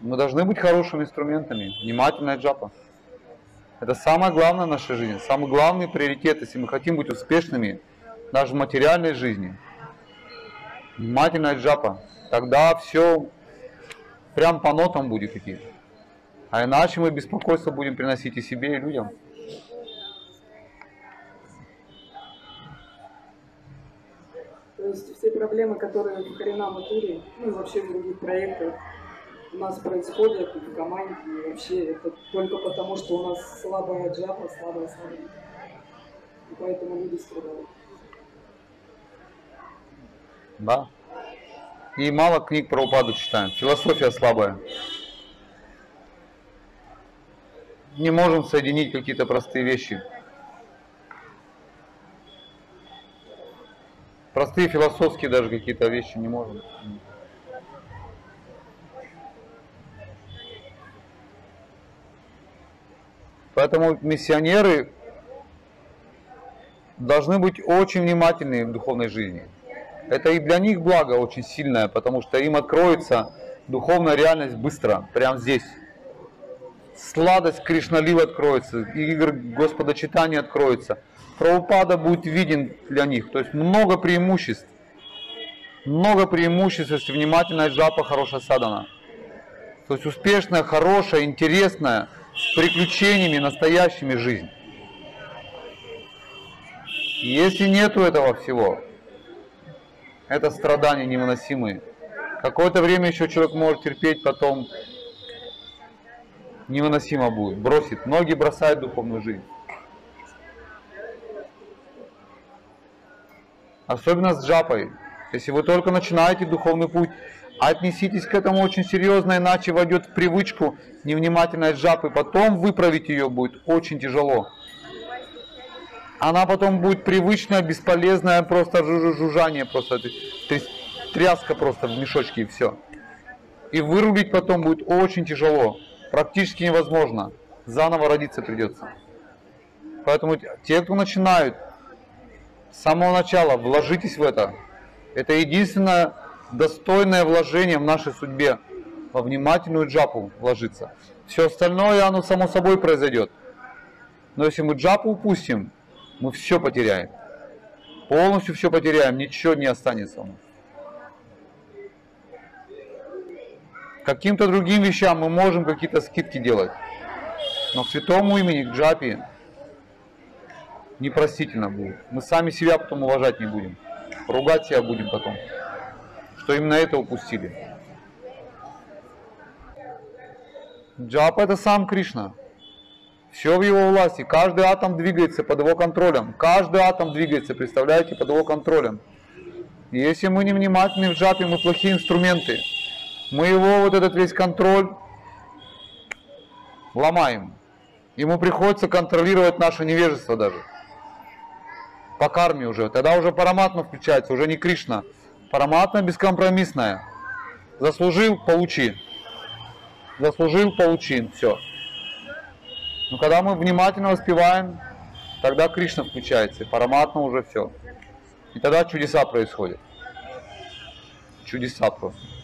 Мы должны быть хорошими инструментами. Внимательная джапа. Это самое главное в нашей жизни. Самый главный приоритет, если мы хотим быть успешными даже в материальной жизни. Внимательная джапа. Тогда все прям по нотам будет идти. А иначе мы беспокойство будем приносить и себе, и людям. То есть все проблемы, которые в Харинам Туре, ну и вообще в других проектах у нас происходят и в команде, и вообще это только потому, что у нас слабая джапа, слабая. И поэтому люди страдают. Да. И мало книг про упаду читаем. Философия слабая. Не можем соединить какие-то простые вещи. Простые философские даже какие-то вещи не можем. Поэтому миссионеры должны быть очень внимательны в духовной жизни. Это и для них благо очень сильное, потому что им откроется духовная реальность быстро, прямо здесь. Сладость Кришна-лилы откроется, игр Господа читания откроется. Прабхупада будет виден для них. То есть много преимуществ. Много преимуществ, если внимательная джапа, хорошая садхана. То есть успешная, хорошая, интересная, с приключениями настоящими жизнь. Если нету этого всего, это страдания невыносимые. Какое-то время еще человек может терпеть, потом невыносимо будет, бросит. Многие бросают духовную жизнь. Особенно с джапой. Если вы только начинаете духовный путь, отнеситесь к этому очень серьезно, иначе войдет в привычку невнимательной джапы. Потом выправить ее будет очень тяжело. Она потом будет привычная, бесполезная, просто жужжание, просто тряска просто в мешочке и все. И вырубить потом будет очень тяжело. Практически невозможно. Заново родиться придется. Поэтому те, кто начинают с самого начала, вложитесь в это. Это единственное достойное вложение в нашей судьбе. Во внимательную джапу вложиться. Все остальное, оно само собой произойдет. Но если мы джапу упустим, мы все потеряем. Полностью все потеряем, ничего не останется у нас. Каким-то другим вещам мы можем какие-то скидки делать. Но к святому имени, к джапе, непростительно будет. Мы сами себя потом уважать не будем. Ругать себя будем потом. Что именно это упустили. Джапа — это сам Кришна. Все в его власти. Каждый атом двигается под его контролем. Каждый атом двигается, представляете, под его контролем. И если мы не внимательны в джапе, мы плохие инструменты. Мы его вот этот весь контроль ломаем. Ему приходится контролировать наше невежество даже. По карме уже. Тогда уже параматма включается, уже не Кришна. Параматма бескомпромиссная. Заслужил — получи. Заслужил — получи. Все. Но когда мы внимательно воспеваем, тогда Кришна включается. И параматма уже все. И тогда чудеса происходят. Чудеса просто.